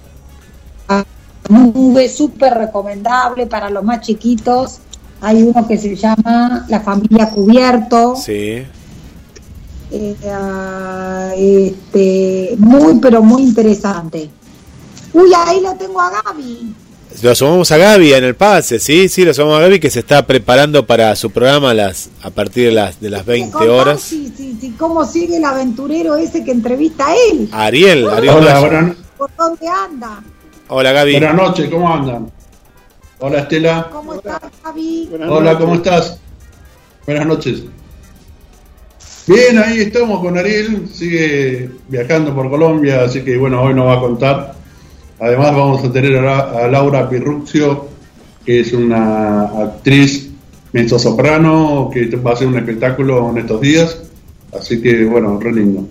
[SPEAKER 3] Nube, súper recomendable para los más chiquitos. Hay uno que se llama La familia Cubierto.
[SPEAKER 2] Sí.
[SPEAKER 3] Muy, pero muy interesante. Uy, ahí lo tengo a Gaby.
[SPEAKER 2] Lo sumamos a Gaby en el pase, sí, lo sumamos a Gaby, que se está preparando para su programa a partir de las 20 horas.
[SPEAKER 3] Sí, ¿cómo sigue el aventurero ese que entrevista a él?
[SPEAKER 2] Ariel.
[SPEAKER 8] Hola,
[SPEAKER 3] ¿Por dónde anda?
[SPEAKER 2] Hola, Gaby.
[SPEAKER 8] Buenas noches, ¿cómo andan? Hola, Estela.
[SPEAKER 3] ¿Cómo estás, Gaby?
[SPEAKER 8] Hola, ¿cómo estás? Buenas noches. Bien, ahí estamos con Ariel, sigue viajando por Colombia, así que bueno, hoy nos va a contar. Además vamos a tener a Laura Pirruccio, que es una actriz mezzosoprano, que va a hacer un espectáculo en estos días, así que bueno, re lindo.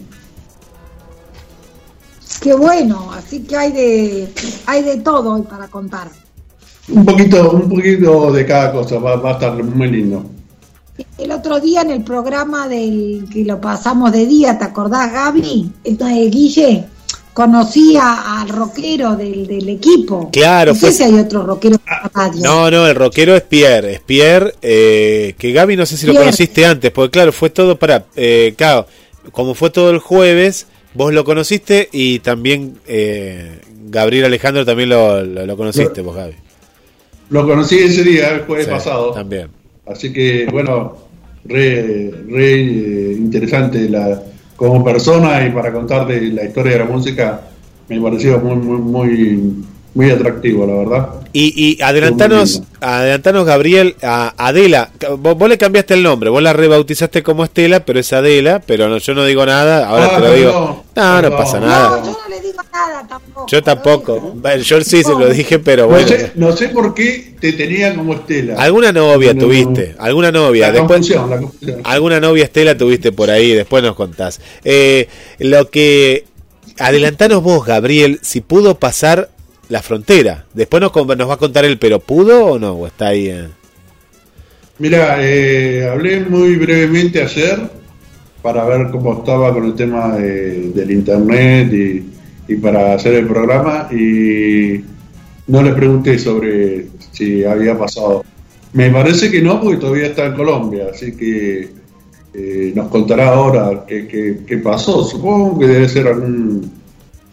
[SPEAKER 3] Qué bueno, así que hay de todo hoy para contar.
[SPEAKER 8] Un poquito de cada cosa, va a estar muy lindo.
[SPEAKER 3] El otro día en el programa que lo pasamos de día, ¿te acordás, Gaby? Guille, conocí al rockero del equipo.
[SPEAKER 2] Claro,
[SPEAKER 3] no sé si hay otro rockero en la radio.
[SPEAKER 2] No, el rockero es Pierre, que Gaby no sé si lo conociste antes, porque claro, fue todo claro, como fue todo el jueves, vos lo conociste y también Gabriel Alejandro también lo conociste vos, Gaby.
[SPEAKER 8] Lo conocí ese día, el jueves pasado.
[SPEAKER 2] También.
[SPEAKER 8] Así que, bueno, re interesante como persona, y para contarte la historia de la música me pareció muy atractivo, la verdad.
[SPEAKER 2] Y adelantanos, Gabriel, a Adela. Vos le cambiaste el nombre, vos la rebautizaste como Estela, pero es Adela, pero no, yo no digo nada, ahora te lo digo. No pasa nada.
[SPEAKER 3] No, yo no le digo nada tampoco.
[SPEAKER 2] Yo tampoco. Yo sí se lo dije, pero bueno.
[SPEAKER 8] No sé por qué te tenía como Estela.
[SPEAKER 2] ¿Alguna novia tuviste? ¿Alguna novia?
[SPEAKER 8] La
[SPEAKER 2] después,
[SPEAKER 8] confusión.
[SPEAKER 2] ¿Alguna novia Estela tuviste por ahí? Después nos contás. Lo que... Adelantanos vos, Gabriel, si pudo pasar la frontera. Después nos va a contar él, pero ¿pudo o no? ¿O está ahí?
[SPEAKER 8] Mira, hablé muy brevemente ayer para ver cómo estaba con el tema del internet y para hacer el programa, y no le pregunté sobre si había pasado. Me parece que no, porque todavía está en Colombia, así que nos contará ahora qué pasó. Supongo que debe ser algún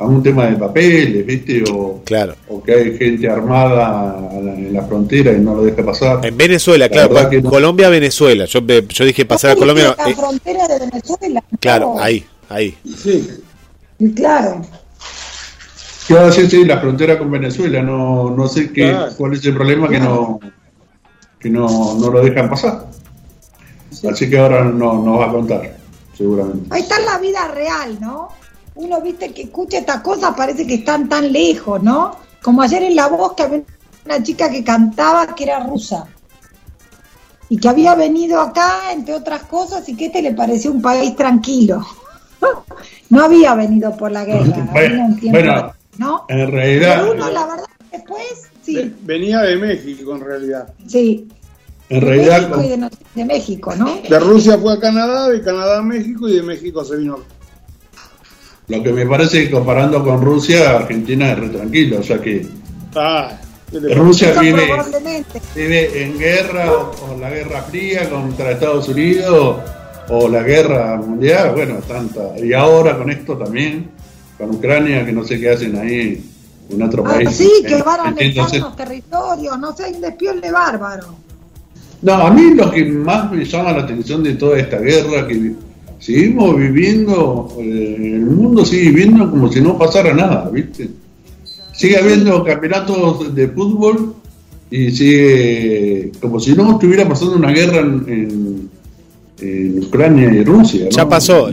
[SPEAKER 8] un tema de papeles, ¿viste?
[SPEAKER 2] Claro.
[SPEAKER 8] O que hay gente armada en la frontera y no lo deja pasar.
[SPEAKER 2] En Venezuela, claro, Colombia, Venezuela. Yo dije pasar a Colombia.
[SPEAKER 3] La frontera de Venezuela.
[SPEAKER 2] Claro, ahí.
[SPEAKER 8] Sí.
[SPEAKER 3] Claro.
[SPEAKER 8] Claro, sí, la frontera con Venezuela. No sé cuál es el problema que no lo dejan pasar. Sí. Así que ahora nos va a contar, seguramente.
[SPEAKER 3] Ahí está la vida real, ¿no? Uno, viste, que escucha estas cosas, parece que están tan lejos, ¿no? Como ayer en La Voz, que había una chica que cantaba que era rusa y que había venido acá, entre otras cosas, y que le pareció un país tranquilo. No había venido por la guerra.
[SPEAKER 8] Bueno,
[SPEAKER 3] ¿no?
[SPEAKER 8] En realidad...
[SPEAKER 3] Pero uno, la verdad, después, sí.
[SPEAKER 9] Venía de México, en realidad.
[SPEAKER 3] Sí.
[SPEAKER 8] En realidad...
[SPEAKER 3] México y de México, ¿no?
[SPEAKER 9] De Rusia fue a Canadá, de Canadá a México, y de México se vino.
[SPEAKER 8] Lo que me parece que comparando con Rusia, Argentina es re tranquilo, o sea que Rusia vive en guerra, o la Guerra Fría contra Estados Unidos, o la Guerra Mundial, bueno, tanta. Y ahora con esto también, con Ucrania, que no sé qué hacen ahí en otro país.
[SPEAKER 3] Sí, que van a anexar los territorios, no sé, un despiole bárbaro.
[SPEAKER 8] No, a mí lo que más me llama la atención de toda esta guerra, que seguimos viviendo, el mundo sigue viviendo como si no pasara nada, ¿viste? Sigue habiendo campeonatos de fútbol y sigue como si no estuviera pasando una guerra en Ucrania y Rusia, ¿no?
[SPEAKER 2] Ya pasó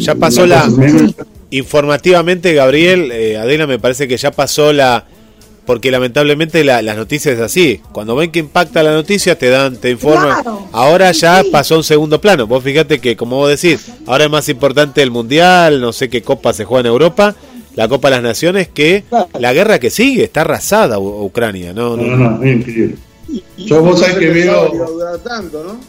[SPEAKER 2] informativamente, Gabriel, Adela, me parece que ya pasó porque lamentablemente las noticias es así. Cuando ven que impacta la noticia, te informan. Claro, ahora ya pasó a un segundo plano. Vos fíjate que, como vos decís, ahora es más importante el Mundial, no sé qué copa se juega en Europa, la Copa de las Naciones, que la guerra que sigue. Está arrasada Ucrania. No,
[SPEAKER 8] es increíble. Yo vos sabés que veo...
[SPEAKER 9] tanto, ¿no?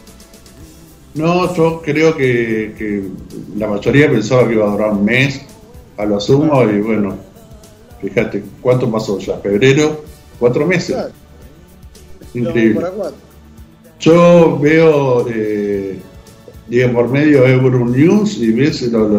[SPEAKER 8] No, yo creo que la mayoría pensaba que iba a durar un mes a lo sumo, y bueno, fíjate, ¿cuánto pasó ya? ¿Febrero? 4 meses. Claro. Increíble. Yo veo, por medio Euronews y ves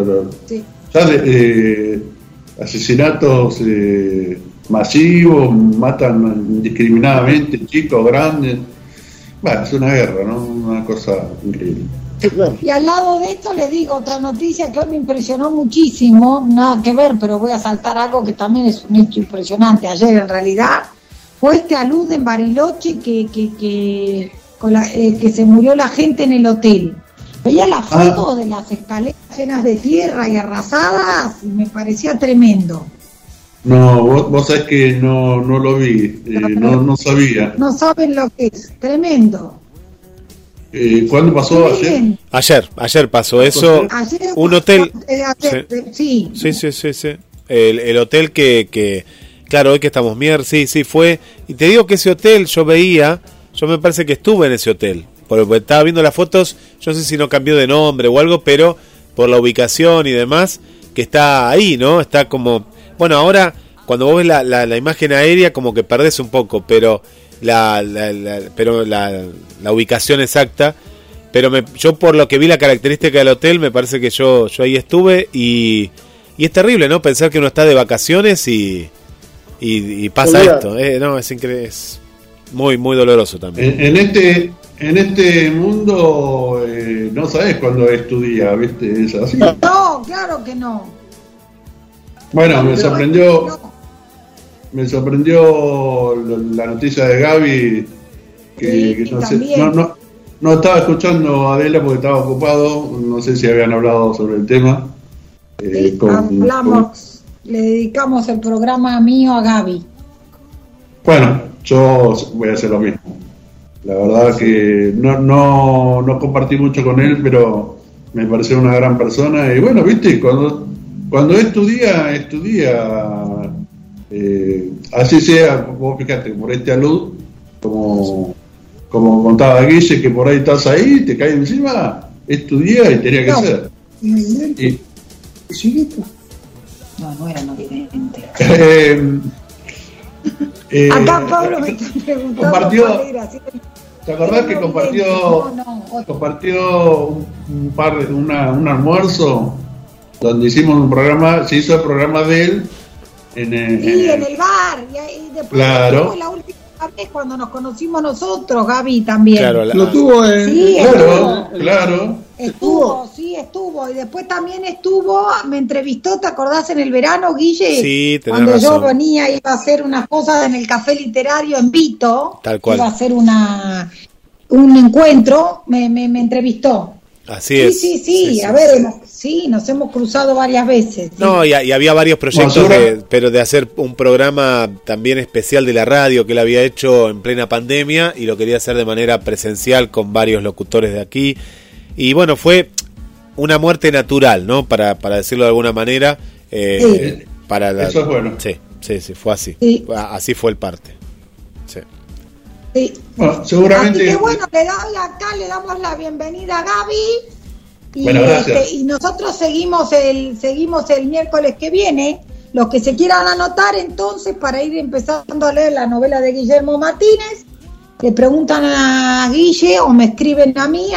[SPEAKER 8] asesinatos masivos, matan indiscriminadamente chicos, grandes. Bueno, es una guerra, ¿no? Una cosa increíble.
[SPEAKER 3] Y al lado de esto les digo otra noticia que hoy me impresionó muchísimo, nada que ver, pero voy a saltar algo que también es un hecho impresionante. Ayer en realidad fue alud en Bariloche que se murió la gente en el hotel. Veía las fotos de las escaleras llenas de tierra y arrasadas y me parecía tremendo.
[SPEAKER 8] No, vos sabés que no lo vi, no sabía.
[SPEAKER 3] No saben lo que es, tremendo.
[SPEAKER 8] ¿Cuándo pasó?
[SPEAKER 2] Ayer pasó eso.
[SPEAKER 3] Ayer
[SPEAKER 2] un hotel.
[SPEAKER 3] Sí.
[SPEAKER 2] El hotel que claro, hoy que estamos sí fue. Y te digo que ese hotel yo me parece que estuve en ese hotel. Porque estaba viendo las fotos, yo no sé si no cambió de nombre o algo, pero por la ubicación y demás, que está ahí, ¿no? Está como... Bueno, ahora cuando vos ves la imagen aérea como que perdés un poco, pero la ubicación exacta, pero yo por lo que vi la característica del hotel, me parece que yo ahí estuve y es terrible, ¿no? Pensar que uno está de vacaciones y pasa esto, no, es increíble, es muy muy doloroso también.
[SPEAKER 8] En este mundo no sabes cuándo es tu día, ¿viste? Es así.
[SPEAKER 3] No, claro que no.
[SPEAKER 8] Bueno, me sorprendió la noticia de Gaby, que no estaba escuchando a Adela porque estaba ocupado, no sé si habían hablado sobre el tema.
[SPEAKER 3] Hablamos, le dedicamos el programa mío a Gaby.
[SPEAKER 8] Bueno, yo voy a hacer lo mismo. La verdad que no compartí mucho con él, pero me pareció una gran persona. Y bueno, viste, cuando es tu día, así sea, vos fíjate, por alud, como contaba Guille, que por ahí estás ahí, te cae encima, es tu día y tenía que ser.
[SPEAKER 3] No era no evidente. Acá Pablo me está preguntando.
[SPEAKER 8] ¿Te acordás que compartió un almuerzo donde hicimos un programa, se hizo el programa de él
[SPEAKER 3] en el bar. Y después
[SPEAKER 8] claro.
[SPEAKER 3] La última vez cuando nos conocimos nosotros, Gaby también.
[SPEAKER 2] Claro,
[SPEAKER 9] Lo tuvo en...
[SPEAKER 3] Sí,
[SPEAKER 8] claro.
[SPEAKER 3] Estuvo. Y después también me entrevistó, ¿te acordás en el verano, Guille?
[SPEAKER 2] Sí, tenés
[SPEAKER 3] cuando
[SPEAKER 2] razón.
[SPEAKER 3] yo venía, iba a hacer unas cosas en el Café Literario en Vito.
[SPEAKER 2] Tal cual.
[SPEAKER 3] Iba a hacer un encuentro, me entrevistó.
[SPEAKER 2] Así es.
[SPEAKER 3] Sí. A ver, nos hemos cruzado varias veces. ¿Sí?
[SPEAKER 2] No, y había varios proyectos pero de hacer un programa también especial de la radio que él había hecho en plena pandemia y lo quería hacer de manera presencial con varios locutores de aquí. Y bueno, fue una muerte natural, ¿no? Para decirlo de alguna manera.
[SPEAKER 8] Eso es bueno.
[SPEAKER 2] Sí, fue así.
[SPEAKER 3] Sí.
[SPEAKER 2] Así fue el parte. Sí.
[SPEAKER 3] Sí.
[SPEAKER 8] Bueno, seguramente.
[SPEAKER 3] Así que bueno, le damos la bienvenida a Gaby. Y,
[SPEAKER 8] bueno, gracias.
[SPEAKER 3] Y nosotros seguimos el miércoles que viene. Los que se quieran anotar entonces para ir empezando a leer la novela de Guillermo Martínez, le preguntan a Guille o me escriben a mí,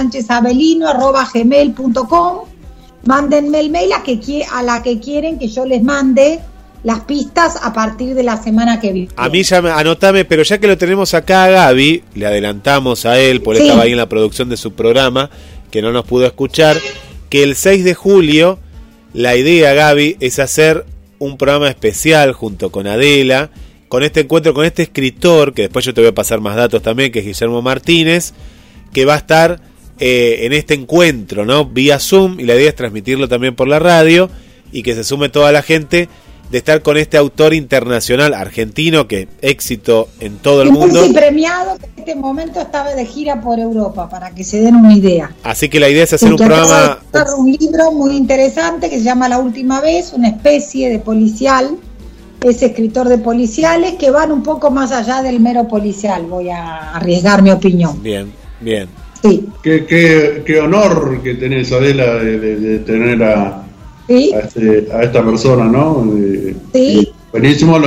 [SPEAKER 3] adelasanchezabelino@gmail.com. Mándenme el mail a la que quieren que yo les mande las pistas a partir de la semana que viene.
[SPEAKER 2] A mí ya anotame, pero ya que lo tenemos acá a Gaby, le adelantamos a él, porque estaba ahí en la producción de su programa, que no nos pudo escuchar, que el 6 de julio la idea, Gaby, es hacer un programa especial junto con Adela, con este encuentro, con este escritor, que después yo te voy a pasar más datos también, que es Guillermo Martínez, que va a estar en este encuentro, ¿no? Vía Zoom, y la idea es transmitirlo también por la radio, y que se sume toda la gente, de estar con este autor internacional argentino, que éxito en todo el mundo.
[SPEAKER 3] Muy premiado, que en este momento estaba de gira por Europa, para que se den una idea.
[SPEAKER 2] Así que la idea es hacer un programa...
[SPEAKER 3] Un libro muy interesante que se llama La Última Vez, una especie de policial, es escritor de policiales que van un poco más allá del mero policial, voy a arriesgar mi opinión.
[SPEAKER 2] Bien.
[SPEAKER 3] Sí.
[SPEAKER 8] Qué honor que tenés, Adela, de tener a esta persona, ¿no?
[SPEAKER 3] Sí.
[SPEAKER 8] Buenísimo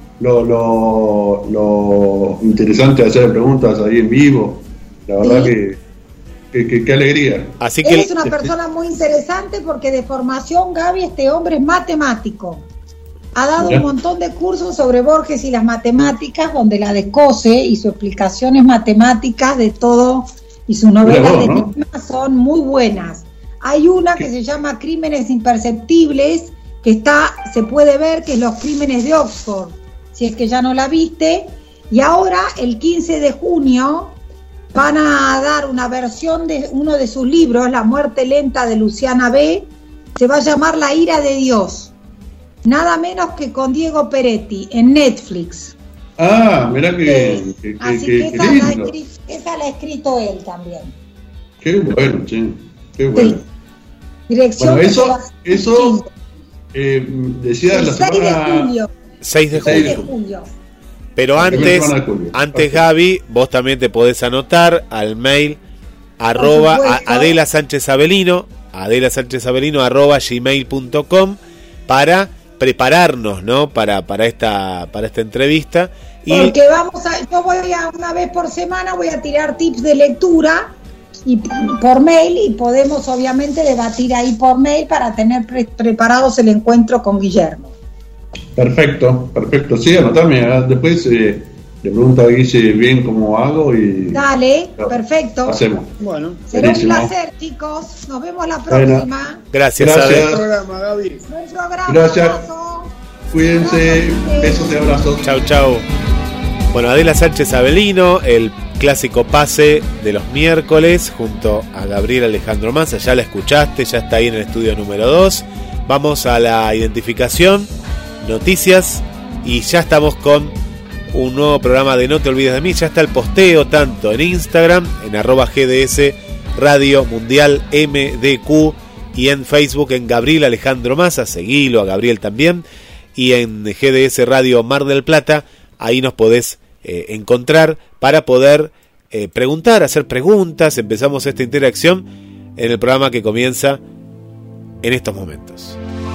[SPEAKER 8] lo interesante de hacer preguntas ahí en vivo. La verdad que alegría.
[SPEAKER 2] Así que
[SPEAKER 3] es una persona muy interesante porque de formación, Gaby, este hombre es matemático. Ha dado un montón de cursos sobre Borges y las matemáticas, donde la descoce y sus explicaciones matemáticas de todo y sus novelas de temas son muy buenas. Hay una que se llama Crímenes Imperceptibles, que se puede ver, que es Los Crímenes de Oxford, si es que ya no la viste, y ahora el 15 de junio van a dar una versión de uno de sus libros, La Muerte Lenta de Luciana B., se va a llamar La Ira de Dios, nada menos que con Diego Peretti, en Netflix.
[SPEAKER 8] Mirá que
[SPEAKER 3] así que esa la ha escrito él también.
[SPEAKER 8] Qué bueno, che. Qué bueno.
[SPEAKER 3] Sí. Dirección.
[SPEAKER 8] Bueno, eso decía la semana...
[SPEAKER 2] 6 de julio. Pero antes Gaby, vos también te podés anotar al mail @adelasanchezabelino @gmail.com para prepararnos, ¿no? Para esta entrevista.
[SPEAKER 3] Porque yo voy una vez por semana, voy a tirar tips de lectura y por mail, y podemos obviamente debatir ahí por mail para tener preparados el encuentro con Guillermo.
[SPEAKER 8] Perfecto, sí, anotame, después le pregunto a Guille bien cómo hago y...
[SPEAKER 3] Dale, perfecto.
[SPEAKER 8] Hacemos.
[SPEAKER 9] Bueno.
[SPEAKER 3] Será un placer, chicos, nos vemos la próxima.
[SPEAKER 2] Gracias.
[SPEAKER 9] Buen programa, Gaby.
[SPEAKER 3] Buen programa.
[SPEAKER 8] Gracias. Cuídense, besos y abrazos.
[SPEAKER 2] Chau. Bueno, Adela Sánchez Abelino, el clásico pase de los miércoles junto a Gabriel Alejandro Massa, ya la escuchaste, ya está ahí en el estudio número 2. Vamos a la identificación, noticias, y ya estamos con un nuevo programa de No Te Olvides de Mí. Ya está el posteo tanto en Instagram, en @GDS Radio Mundial MDQ, y en Facebook en Gabriel Alejandro Massa, seguilo a Gabriel también, y en GDS Radio Mar del Plata. Ahí nos podés encontrar para poder preguntar, hacer preguntas. Empezamos esta interacción en el programa que comienza en estos momentos.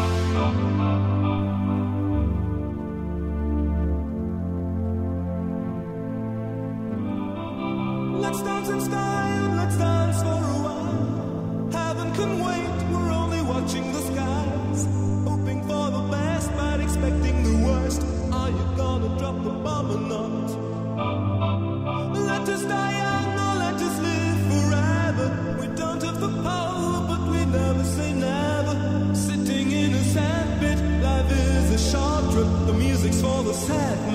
[SPEAKER 10] Let's dance in style, let's dance for a while. Heaven can wait, we're only watching the skies, hoping for the best but expecting said